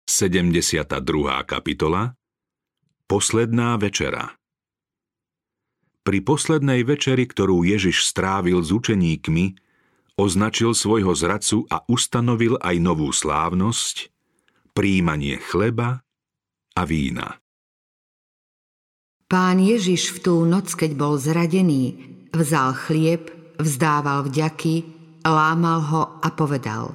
72. kapitola. Posledná večera. Pri poslednej večeri, ktorú Ježiš strávil s učeníkmi, označil svojho zradcu a ustanovil aj novú slávnosť, prijímanie chleba a vína. Pán Ježiš v tú noc, keď bol zradený, vzal chlieb, vzdával vďaky, lámal ho a povedal: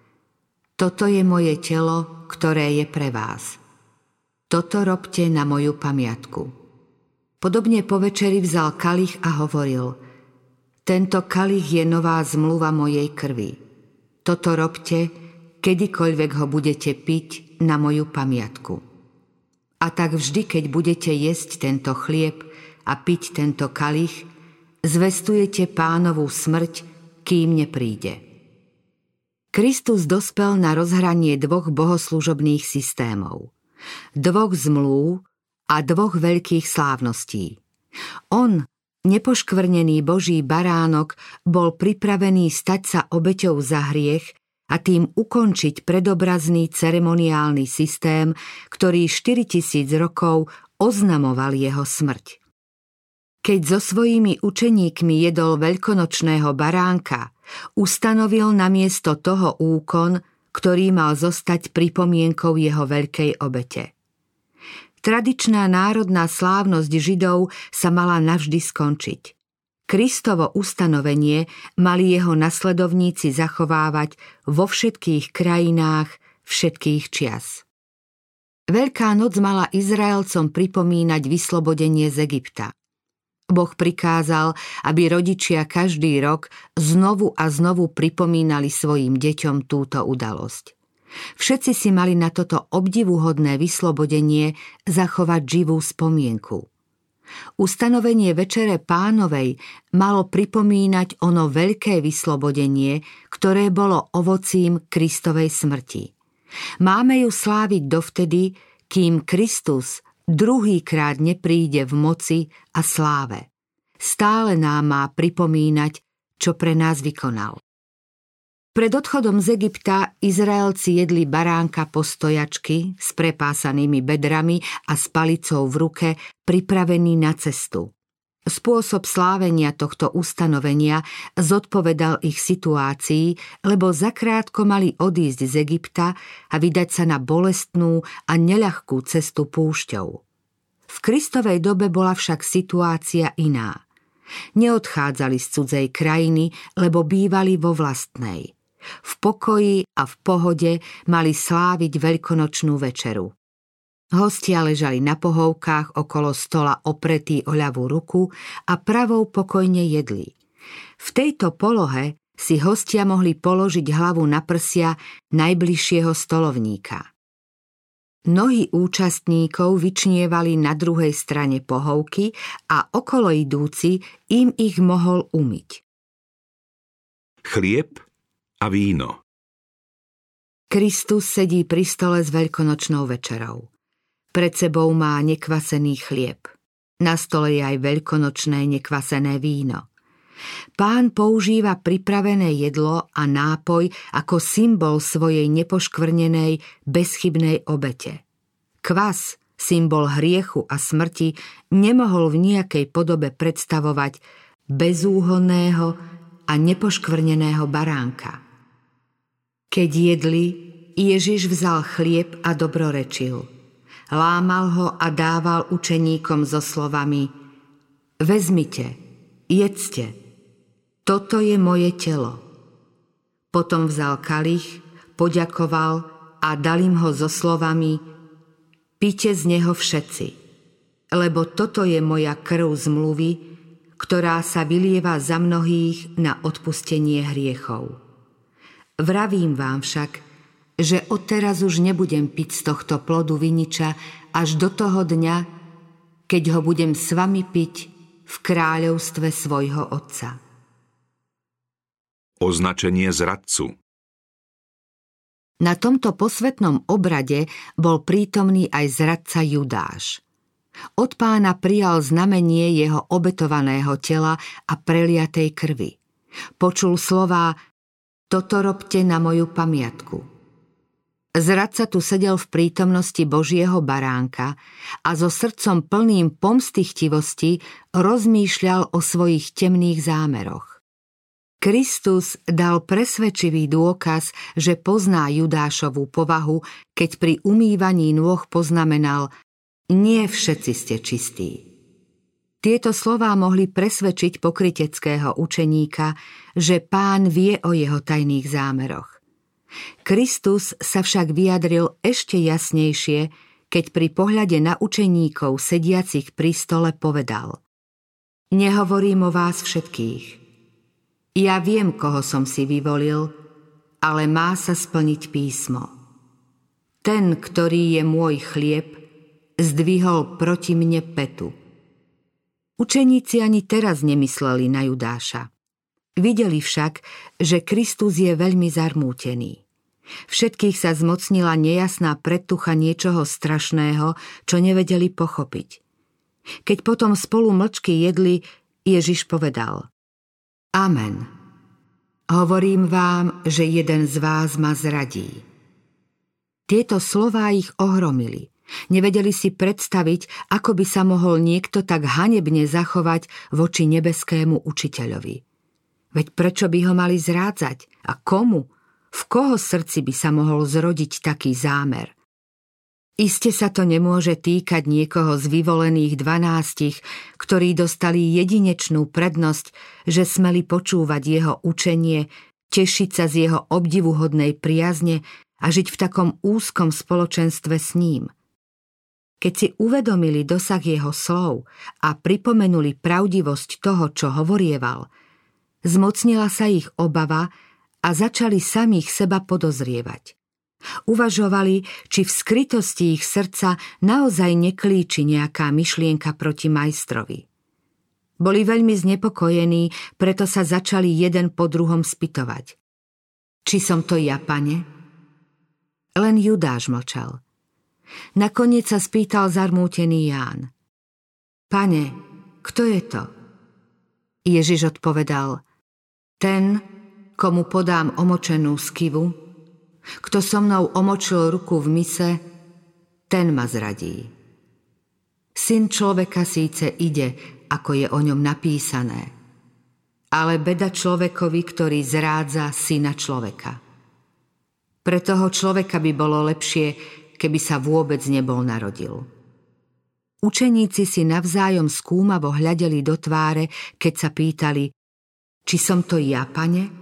Toto je moje telo, ktoré je pre vás. Toto robte na moju pamiatku. Podobne po večeri vzal kalich a hovoril: Tento kalich je nová zmluva mojej krvi. Toto robte, kedykoľvek ho budete piť, na moju pamiatku. A tak vždy, keď budete jesť tento chlieb a piť tento kalich, zvestujete Pánovu smrť, kým nepríde. Kristus dospel na rozhranie dvoch bohoslužobných systémov, dvoch zmlúv a dvoch veľkých slávností. On, nepoškvrnený Boží baránok, bol pripravený stať sa obeťou za hriech a tým ukončiť predobrazný ceremoniálny systém, ktorý 4000 rokov oznamoval jeho smrť. Keď so svojimi učeníkmi jedol veľkonočného baránka, ustanovil namiesto toho úkon, ktorý mal zostať pripomienkou jeho veľkej obete. Tradičná národná slávnosť Židov sa mala navždy skončiť. Kristovo ustanovenie mali jeho nasledovníci zachovávať vo všetkých krajinách všetkých čias. Veľká noc mala Izraelcom pripomínať vyslobodenie z Egypta. Boh prikázal, aby rodičia každý rok znovu a znovu pripomínali svojim deťom túto udalosť. Všetci si mali na toto obdivuhodné vyslobodenie zachovať živú spomienku. Ustanovenie Večere Pánovej malo pripomínať ono veľké vyslobodenie, ktoré bolo ovocím Kristovej smrti. Máme ju sláviť dovtedy, kým Kristus druhýkrát nepríde v moci a sláve. Stále nám má pripomínať, čo pre nás vykonal. Pred odchodom z Egypta Izraelci jedli baránka po stojačky s prepásanými bedrami a s palicou v ruke, pripravený na cestu. Spôsob slávenia tohto ustanovenia zodpovedal ich situácii, lebo zakrátko mali odísť z Egypta a vydať sa na bolestnú a neľahkú cestu púšťou. V Kristovej dobe bola však situácia iná. Neodchádzali z cudzej krajiny, lebo bývali vo vlastnej. V pokoji a v pohode mali sláviť veľkonočnú večeru. Hostia ležali na pohovkách okolo stola opretí o ľavú ruku a pravou pokojne jedli. V tejto polohe si hostia mohli položiť hlavu na prsia najbližšieho stolovníka. Nohy účastníkov vyčnievali na druhej strane pohovky a okolo idúci im ich mohol umyť. Chlieb a víno. Kristus sedí pri stole s veľkonočnou večerou. Pred sebou má nekvasený chlieb. Na stole je aj veľkonočné nekvasené víno. Pán používa pripravené jedlo a nápoj ako symbol svojej nepoškvrnenej, bezchybnej obete. Kvas, symbol hriechu a smrti, nemohol v nejakej podobe predstavovať bezúhonného a nepoškvrneného baránka. Keď jedli, Ježiš vzal chlieb a dobrorečil. Lámal ho a dával učeníkom so slovami: Vezmite, jedzte, toto je moje telo. Potom vzal kalich, poďakoval a dal im ho so slovami: Pite z neho všetci, lebo toto je moja krv zmluvy, ktorá sa vylieva za mnohých na odpustenie hriechov. Vravím vám však, že odteraz už nebudem piť z tohto plodu viniča až do toho dňa, keď ho budem s vami piť v kráľovstve svojho Otca. Označenie zradcu. Na tomto posvätnom obrade bol prítomný aj zradca Judáš. Od Pána prijal znamenie jeho obetovaného tela a preliatej krvi. Počul slová: Toto robte na moju pamiatku. Zradca tu sedel v prítomnosti Božieho baránka a so srdcom plným pomsty chtivosti rozmýšľal o svojich temných zámeroch. Kristus dal presvedčivý dôkaz, že pozná Judášovú povahu, keď pri umývaní nôh poznamenal: nie všetci ste čistí. Tieto slová mohli presvedčiť pokryteckého učeníka, že Pán vie o jeho tajných zámeroch. Kristus sa však vyjadril ešte jasnejšie, keď pri pohľade na učeníkov sediacich pri stole povedal: nehovorím o vás všetkých. Ja viem, koho som si vyvolil, ale má sa splniť písmo. Ten, ktorý je môj chlieb, zdvihol proti mne pätu. Učeníci ani teraz nemysleli na Judáša. Videli však, že Kristus je veľmi zarmútený. Všetkých sa zmocnila nejasná predtucha niečoho strašného, čo nevedeli pochopiť. Keď potom spolu mlčky jedli, Ježiš povedal: Amen. Hovorím vám, že jeden z vás ma zradí. Tieto slová ich ohromili. Nevedeli si predstaviť, ako by sa mohol niekto tak hanebne zachovať voči nebeskému učiteľovi. Veď prečo by ho mali zrádzať? A komu? V koho srdci by sa mohol zrodiť taký zámer? Iste sa to nemôže týkať niekoho z vyvolených 12, ktorí dostali jedinečnú prednosť, že smeli počúvať jeho učenie, tešiť sa z jeho obdivuhodnej priazne a žiť v takom úzkom spoločenstve s ním. Keď si uvedomili dosah jeho slov a pripomenuli pravdivosť toho, čo hovorieval, zmocnila sa ich obava a začali samých seba podozrievať. Uvažovali, či v skrytosti ich srdca naozaj neklíči nejaká myšlienka proti majstrovi. Boli veľmi znepokojení, preto sa začali jeden po druhom spytovať: či som to ja, Pane? Len Judáš mlčal. Nakoniec sa spýtal zarmútený Ján: Pane, kto je to? Ježiš odpovedal: ten, komu podám omočenú skivu, kto so mnou omočil ruku v mise, ten ma zradí. Syn človeka síce ide, ako je o ňom napísané, ale beda človekovi, ktorý zrádza syna človeka. Pre toho človeka by bolo lepšie, keby sa vôbec nebol narodil. Učeníci si navzájom skúmavo hľadeli do tváre, keď sa pýtali: či som to ja, Pane?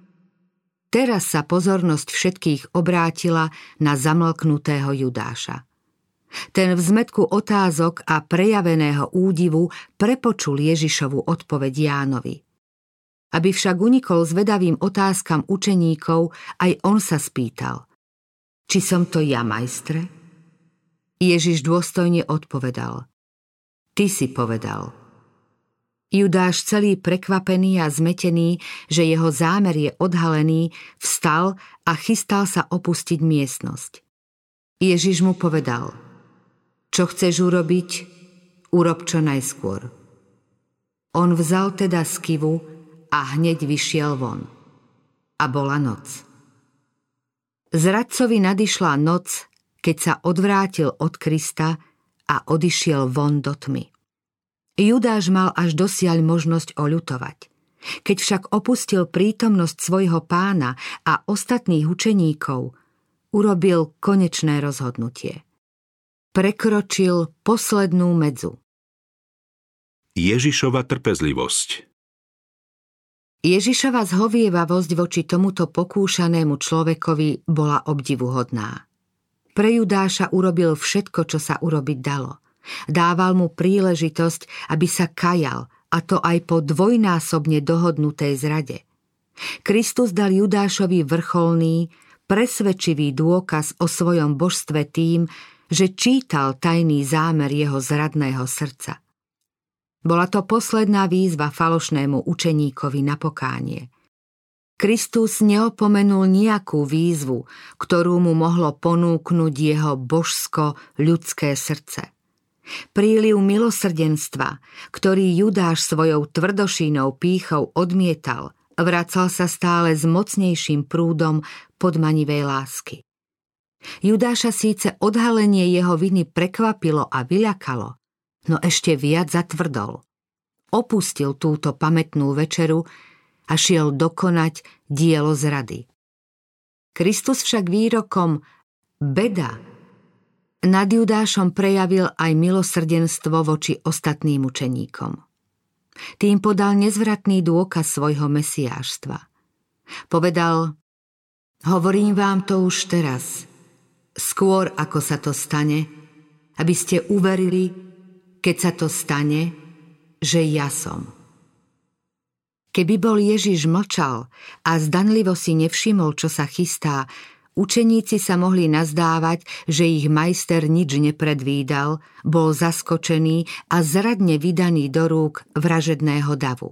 Teraz sa pozornosť všetkých obrátila na zamlknutého Judáša. Ten v zmätku otázok a prejaveného údivu prepočul Ježišovu odpoveď Jánovi. Aby však unikol zvedavým otázkam učeníkov, aj on sa spýtal: či som to ja, majstre? Ježiš dôstojne odpovedal: ty si povedal. Judáš, celý prekvapený a zmetený, že jeho zámer je odhalený, vstal a chystal sa opustiť miestnosť. Ježiš mu povedal: čo chceš urobiť, urob čo najskôr. On vzal teda skivu a hneď vyšiel von. A bola noc. Zradcovi nadišla noc, keď sa odvrátil od Krista a odišiel von do tmy. Judáš mal až dosiaľ možnosť oľutovať. Keď však opustil prítomnosť svojho pána a ostatných učeníkov, urobil konečné rozhodnutie. Prekročil poslednú medzu. Ježišova trpezlivosť. Ježišova zhovievavosť voči tomuto pokúšanému človekovi bola obdivuhodná. Pre Judáša urobil všetko, čo sa urobiť dalo. Dával mu príležitosť, aby sa kajal, a to aj po dvojnásobne dohodnutej zrade. Kristus dal Judášovi vrcholný, presvedčivý dôkaz o svojom božstve tým, že čítal tajný zámer jeho zradného srdca. Bola to posledná výzva falošnému učeníkovi na pokánie. Kristus neopomenul nejakú výzvu, ktorú mu mohlo ponúknuť jeho božsko-ľudské srdce. Príliv milosrdenstva, ktorý Judáš svojou tvrdošínou pýchou odmietal, vracal sa stále s mocnejším prúdom podmanivej lásky. Judáša síce odhalenie jeho viny prekvapilo a vyľakalo, no ešte viac zatvrdol. Opustil túto pamätnú večeru a šiel dokonať dielo zrady. Kristus však výrokom beda nad Judášom prejavil aj milosrdenstvo voči ostatným učeníkom. Tým podal nezvratný dôkaz svojho mesiášstva. Povedal: hovorím vám to už teraz, skôr ako sa to stane, aby ste uverili, keď sa to stane, že ja som. Keby bol Ježiš mlčal a zdanlivo si nevšimol, čo sa chystá, učeníci sa mohli nazdávať, že ich majster nič nepredvídal, bol zaskočený a zradne vydaný do rúk vražedného davu.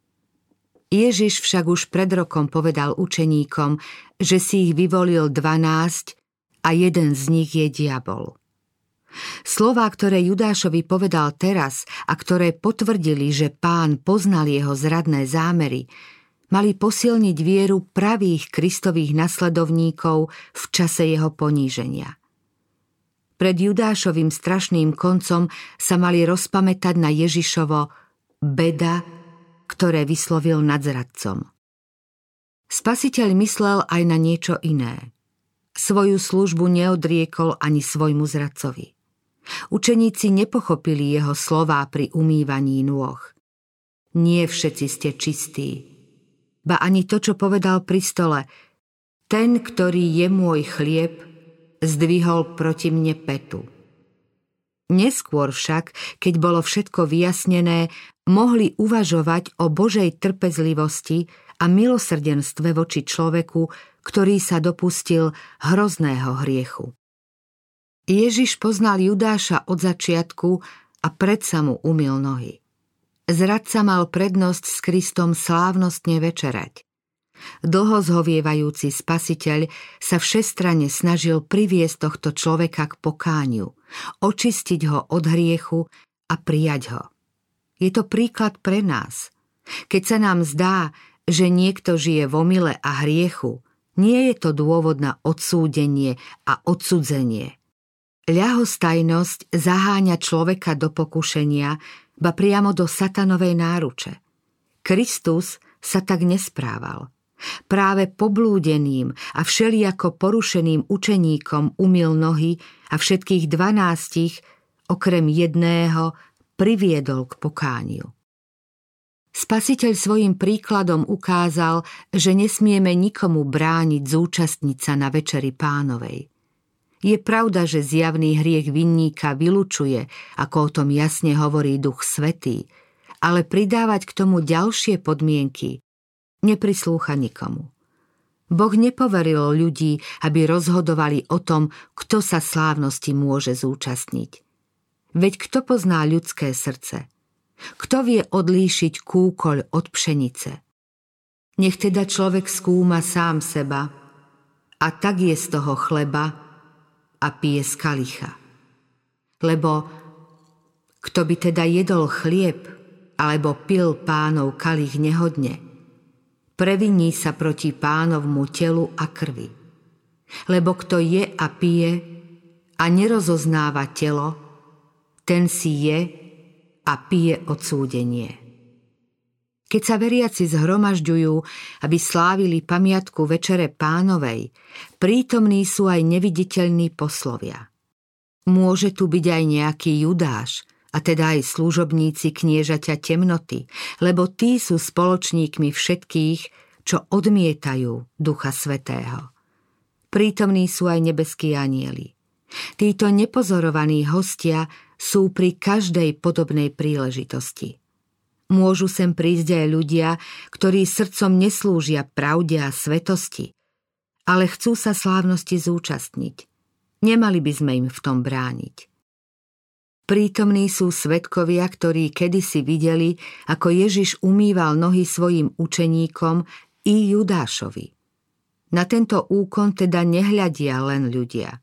Ježiš však už pred rokom povedal učeníkom, že si ich vyvolil 12 a jeden z nich je diabol. Slová, ktoré Judášovi povedal teraz a ktoré potvrdili, že Pán poznal jeho zradné zámery, mali posilniť vieru pravých Kristových nasledovníkov v čase jeho poníženia. Pred Judášovým strašným koncom sa mali rozpamätať na Ježišovo beda, ktoré vyslovil nad zradcom. Spasiteľ myslel aj na niečo iné. Svoju službu neodriekol ani svojmu zradcovi. Učeníci nepochopili jeho slová pri umývaní nôh. Nie všetci ste čistí. Ba ani to, čo povedal pri stole: ten, ktorý je môj chlieb, zdvihol proti mne petu. Neskôr však, keď bolo všetko vyjasnené, mohli uvažovať o Božej trpezlivosti a milosrdenstve voči človeku, ktorý sa dopustil hrozného hriechu. Ježiš poznal Judáša od začiatku a predsa mu umyl nohy. Zradca mal prednosť s Kristom slávnostne večerať. Dlho zhovievajúci Spasiteľ sa všestranne snažil priviesť tohto človeka k pokániu, očistiť ho od hriechu a prijať ho. Je to príklad pre nás. Keď sa nám zdá, že niekto žije v omyle a hriechu, nie je to dôvod na odsúdenie a odsudzenie. Ľahostajnosť zaháňa človeka do pokušenia, ba priamo do satanovej náruče. Kristus sa tak nesprával. Práve poblúdeným a všelijako porušeným učeníkom umyl nohy a všetkých 12, okrem jedného, priviedol k pokániu. Spasiteľ svojim príkladom ukázal, že nesmieme nikomu brániť zúčastniť sa na večeri Pánovej. Je pravda, že zjavný hriech vinníka vylučuje, ako o tom jasne hovorí Duch Svätý, ale pridávať k tomu ďalšie podmienky neprislúcha nikomu. Boh nepoveril ľudí, aby rozhodovali o tom, kto sa slávnosti môže zúčastniť. Veď kto pozná ľudské srdce? Kto vie odlíšiť kúkoľ od pšenice? Nech teda človek skúma sám seba a tak je z toho chleba a pije z kalicha. Lebo kto by teda jedol chlieb alebo pil Pánov kalich nehodne, previní sa proti Pánovmu telu a krvi. Lebo kto je a pije a nerozoznáva telo, ten si je a pije odsúdenie. Keď sa veriaci zhromažďujú, aby slávili pamiatku Večere Pánovej, prítomní sú aj neviditeľní poslovia. Môže tu byť aj nejaký Judáš, a teda aj služobníci kniežaťa temnoty, lebo tí sú spoločníkmi všetkých, čo odmietajú Ducha Svätého. Prítomní sú aj nebeskí anjeli. Títo nepozorovaní hostia sú pri každej podobnej príležitosti. Môžu sem prísť aj ľudia, ktorí srdcom neslúžia pravde a svetosti, ale chcú sa slávnosti zúčastniť. Nemali by sme im v tom brániť. Prítomní sú svedkovia, ktorí kedysi videli, ako Ježiš umýval nohy svojim učeníkom i Judášovi. Na tento úkon teda nehľadia len ľudia.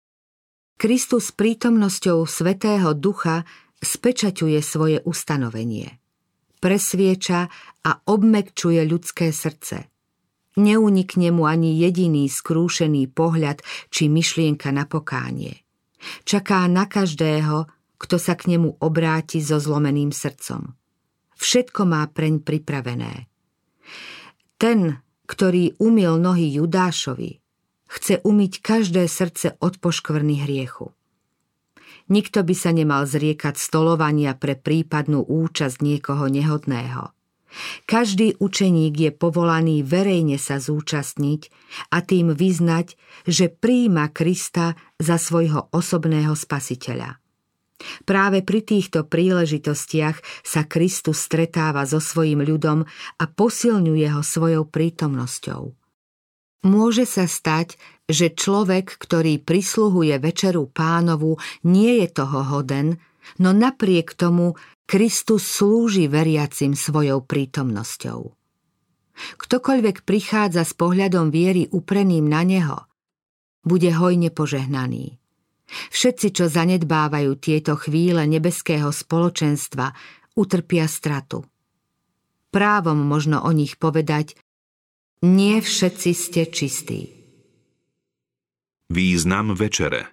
Kristus prítomnosťou Svätého Ducha spečaťuje svoje ustanovenie. Presvieča a obmäkčuje ľudské srdce. Neunikne mu ani jediný skrúšený pohľad či myšlienka na pokánie. Čaká na každého, kto sa k nemu obráti so zlomeným srdcom. Všetko má preň pripravené. Ten, ktorý umyl nohy Judášovi, chce umyť každé srdce od poškvrny hriechu. Nikto by sa nemal zriekať stolovania pre prípadnú účasť niekoho nehodného. Každý učeník je povolaný verejne sa zúčastniť a tým vyznať, že prijíma Krista za svojho osobného spasiteľa. Práve pri týchto príležitostiach sa Kristus stretáva so svojím ľudom a posilňuje ho svojou prítomnosťou. Môže sa stať, že človek, ktorý prisluhuje večeru Pánovu, nie je toho hoden, no napriek tomu Kristus slúži veriacim svojou prítomnosťou. Ktokoľvek prichádza s pohľadom viery upreným na neho, bude hojne požehnaný. Všetci, čo zanedbávajú tieto chvíle nebeského spoločenstva, utrpia stratu. Právom možno o nich povedať: nie všetci ste čistí. Význam večere.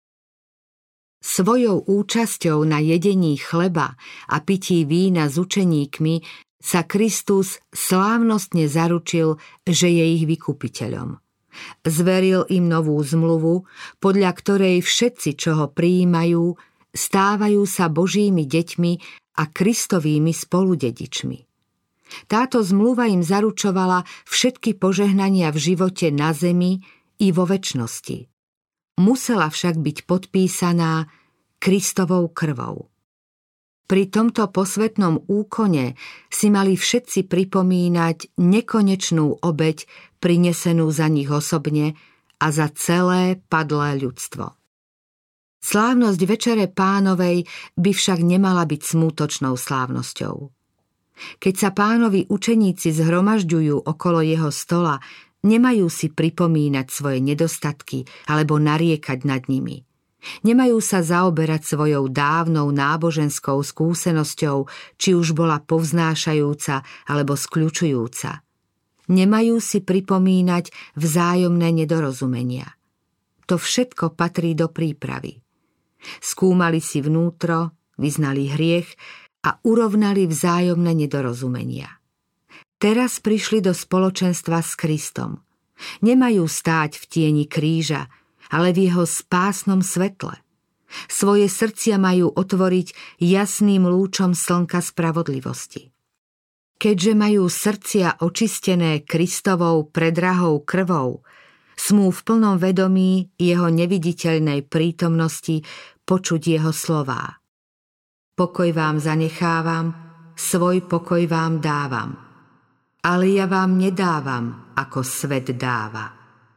Svojou účasťou na jedení chleba a pití vína s učeníkmi sa Kristus slávnostne zaručil, že je ich vykupiteľom. Zveril im novú zmluvu, podľa ktorej všetci, čo ho prijímajú, stávajú sa Božími deťmi a Kristovými spoludedičmi. Táto zmluva im zaručovala všetky požehnania v živote na zemi i vo večnosti. Musela však byť podpísaná Kristovou krvou. Pri tomto posvätnom úkone si mali všetci pripomínať nekonečnú obeť prinesenú za nich osobne a za celé padlé ľudstvo. Slávnosť Večere Pánovej by však nemala byť smútočnou slávnosťou. Keď sa Pánovi učeníci zhromažďujú okolo jeho stola, nemajú si pripomínať svoje nedostatky alebo nariekať nad nimi. Nemajú sa zaoberať svojou dávnou náboženskou skúsenosťou, či už bola povznášajúca alebo skľučujúca. Nemajú si pripomínať vzájomné nedorozumenia. To všetko patrí do prípravy. Skúmali si vnútro, vyznali hriech a urovnali vzájomné nedorozumenia. Teraz prišli do spoločenstva s Kristom. Nemajú stáť v tieni kríža, ale v jeho spásnom svetle. Svoje srdcia majú otvoriť jasným lúčom slnka spravodlivosti. Keďže majú srdcia očistené Kristovou predrahou krvou, smú v plnom vedomí jeho neviditeľnej prítomnosti počuť jeho slová. Pokoj vám zanechávam, svoj pokoj vám dávam. Ale ja vám nedávam, ako svet dáva.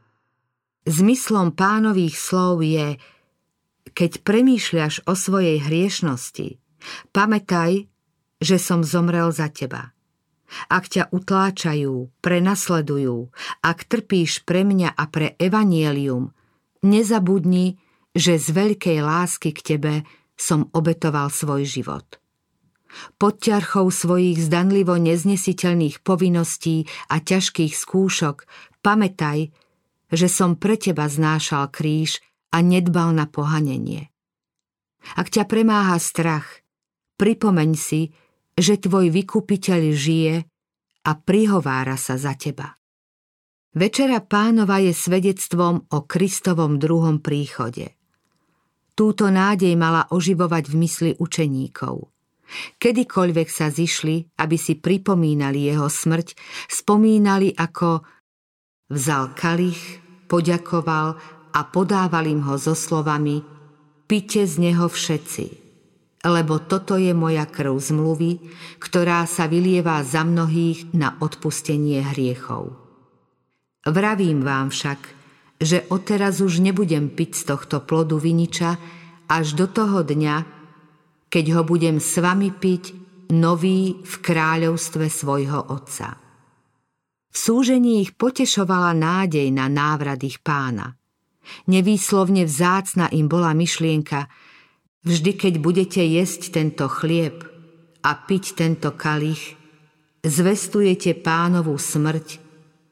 Zmyslom Pánových slov je: keď premýšľaš o svojej hriešnosti, pamätaj, že som zomrel za teba. Ak ťa utláčajú, prenasledujú, ak trpíš pre mňa a pre evanjelium, nezabudni, že z veľkej lásky k tebe som obetoval svoj život. Pod ťarchou svojich zdanlivo neznesiteľných povinností a ťažkých skúšok pamätaj, že som pre teba znášal kríž a nedbal na pohanenie. Ak ťa premáha strach, pripomeň si, že tvoj vykupiteľ žije a prihovára sa za teba. Večera Pánova je svedectvom o Kristovom druhom príchode. Túto nádej mala oživovať v mysli učeníkov. Kedykoľvek sa zišli, aby si pripomínali jeho smrť, spomínali, ako vzal kalich, poďakoval a podával im ho so slovami: pite z neho všetci, lebo toto je moja krv zmluvy, ktorá sa vylieva za mnohých na odpustenie hriechov. Vravím vám však, že odteraz už nebudem piť z tohto plodu viniča až do toho dňa, keď ho budem s vami piť nový v kráľovstve svojho Otca. V súžení ich potešovala nádej na návrat ich Pána. Nevýslovne vzácna im bola myšlienka: vždy, keď budete jesť tento chlieb a piť tento kalich, zvestujete Pánovu smrť,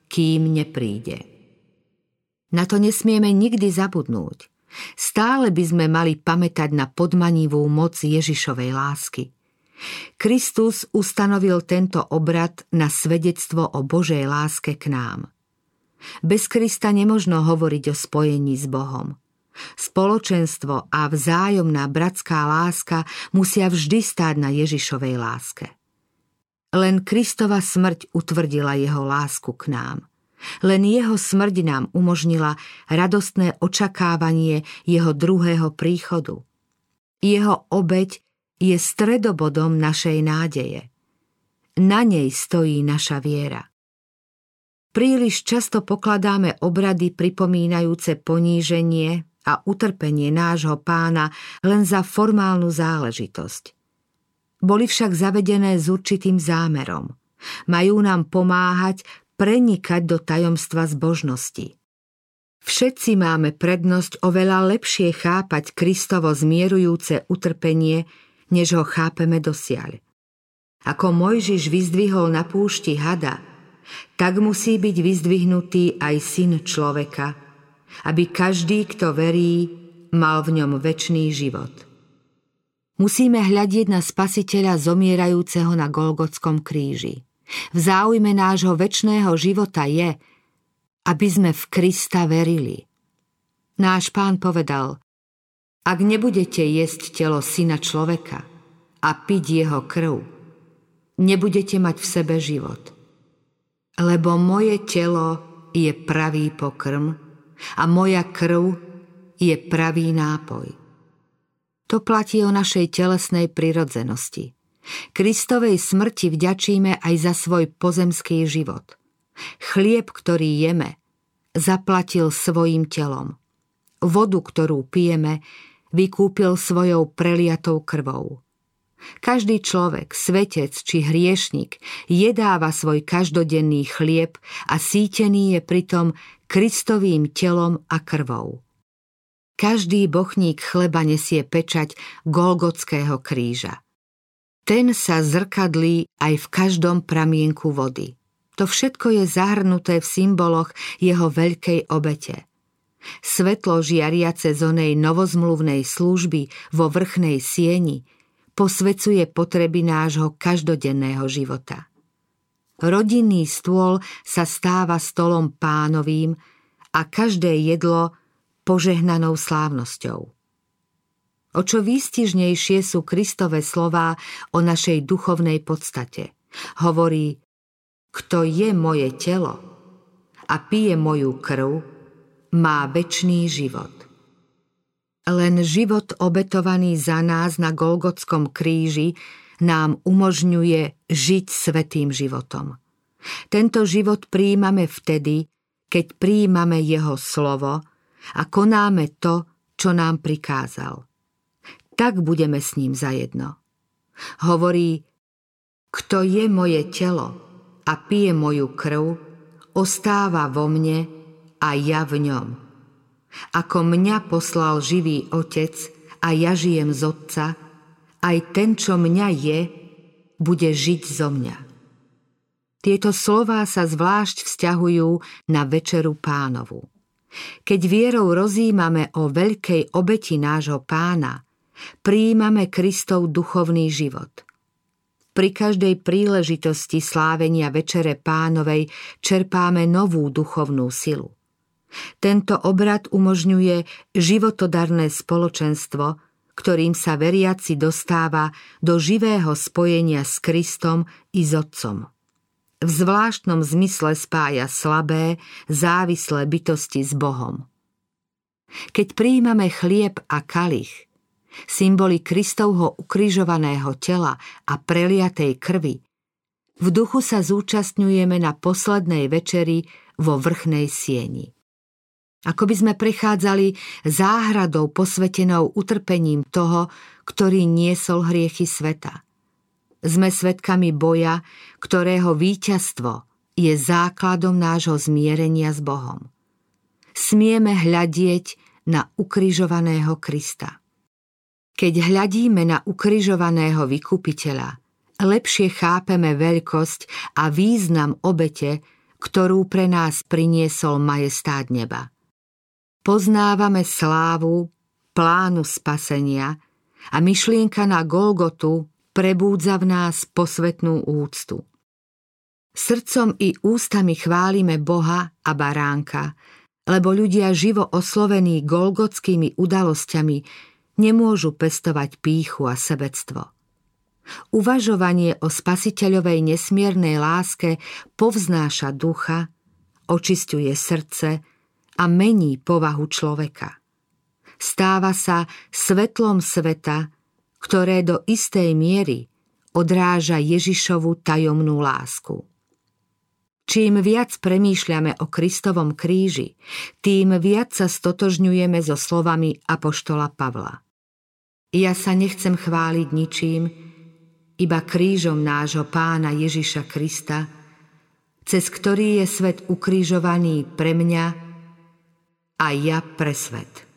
kým nepríde. Na to nesmieme nikdy zabudnúť. Stále by sme mali pamätať na podmanivú moc Ježišovej lásky. Kristus ustanovil tento obrad na svedectvo o Božej láske k nám. Bez Krista nemožno hovoriť o spojení s Bohom. Spoločenstvo a vzájomná bratská láska musia vždy stáť na Ježišovej láske. Len Kristova smrť utvrdila jeho lásku k nám. Len jeho smrť nám umožnila radostné očakávanie jeho druhého príchodu. Jeho obeť je stredobodom našej nádeje. Na nej stojí naša viera. Príliš často pokladáme obrady pripomínajúce poníženie a utrpenie nášho Pána len za formálnu záležitosť. Boli však zavedené s určitým zámerom. Majú nám pomáhať prenikať do tajomstva zbožnosti. Všetci máme prednosť oveľa lepšie chápať Kristovo zmierujúce utrpenie, než ho chápeme dosiaľ. Ako Mojžiš vyzdvihol na púšti hada, tak musí byť vyzdvihnutý aj Syn človeka, aby každý, kto verí, mal v ňom večný život. Musíme hľadieť na Spasiteľa zomierajúceho na Golgotskom kríži. V záujme nášho večného života je, aby sme v Krista verili. Náš Pán povedal: ak nebudete jesť telo Syna človeka a piť jeho krv, nebudete mať v sebe život. Lebo moje telo je pravý pokrm a moja krv je pravý nápoj. To platí o našej telesnej prirodzenosti. Kristovej smrti vďačíme aj za svoj pozemský život. Chlieb, ktorý jeme, zaplatil svojím telom. Vodu, ktorú pijeme, vykúpil svojou preliatou krvou. Každý človek, svetec či hriešnik jedáva svoj každodenný chlieb a sítený je pritom Kristovým telom a krvou. Každý bochník chleba nesie pečať Golgotského kríža. Ten sa zrkadlí aj v každom pramienku vody. To všetko je zahrnuté v symboloch jeho veľkej obete. Svetlo žiariace z onej novozmluvnej služby vo vrchnej sieni posvecuje potreby nášho každodenného života. Rodinný stôl sa stáva stolom Pánovým a každé jedlo požehnanou slávnosťou. O čo výstižnejšie sú Kristove slová o našej duchovnej podstate. Hovorí: kto je moje telo a pije moju krv, má večný život. Len život obetovaný za nás na Golgotskom kríži nám umožňuje žiť svätým životom. Tento život prijímame vtedy, keď prijímame jeho slovo a konáme to, čo nám prikázal. Tak budeme s ním zajedno. Hovorí: kto je moje telo a pije moju krv, ostáva vo mne a ja v ňom. Ako mňa poslal živý Otec a ja žijem z Otca, aj ten, čo mňa je, bude žiť zo mňa. Tieto slová sa zvlášť vzťahujú na večeru Pánovu. Keď vierou rozjímame o veľkej obeti nášho Pána, prijímame Kristov duchovný život. Pri každej príležitosti slávenia večere Pánovej čerpáme novú duchovnú silu. Tento obrad umožňuje životodarné spoločenstvo, ktorým sa veriaci dostáva do živého spojenia s Kristom i s Otcom. V zvláštnom zmysle spája slabé, závislé bytosti s Bohom. Keď prijímame chlieb a kalich, symboly Kristovho ukrižovaného tela a preliatej krvi, v duchu sa zúčastňujeme na poslednej večeri vo vrchnej sieni. Ako by sme prechádzali záhradou posvetenou utrpením toho, ktorý niesol hriechy sveta. Sme svedkami boja, ktorého víťazstvo je základom nášho zmierenia s Bohom. Smieme hľadieť na ukrižovaného Krista. Keď hľadíme na ukrižovaného vykupiteľa, lepšie chápeme veľkosť a význam obete, ktorú pre nás priniesol majestát neba. Poznávame slávu plánu spasenia a myšlienka na Golgotu prebúdza v nás posvätnú úctu. Srdcom i ústami chválime Boha a Baránka, lebo ľudia živo oslovení golgotskými udalosťami nemôžu pestovať pýchu a sebectvo. Uvažovanie o spasiteľovej nesmiernej láske povznáša ducha, očisťuje srdce a mení povahu človeka. Stáva sa svetlom sveta, ktoré do istej miery odráža Ježišovu tajomnú lásku. Čím viac premýšľame o Kristovom kríži, tým viac sa stotožňujeme so slovami apoštola Pavla. Ja sa nechcem chváliť ničím, iba krížom nášho Pána Ježiša Krista, cez ktorý je svet ukrižovaný pre mňa a ja pre svet.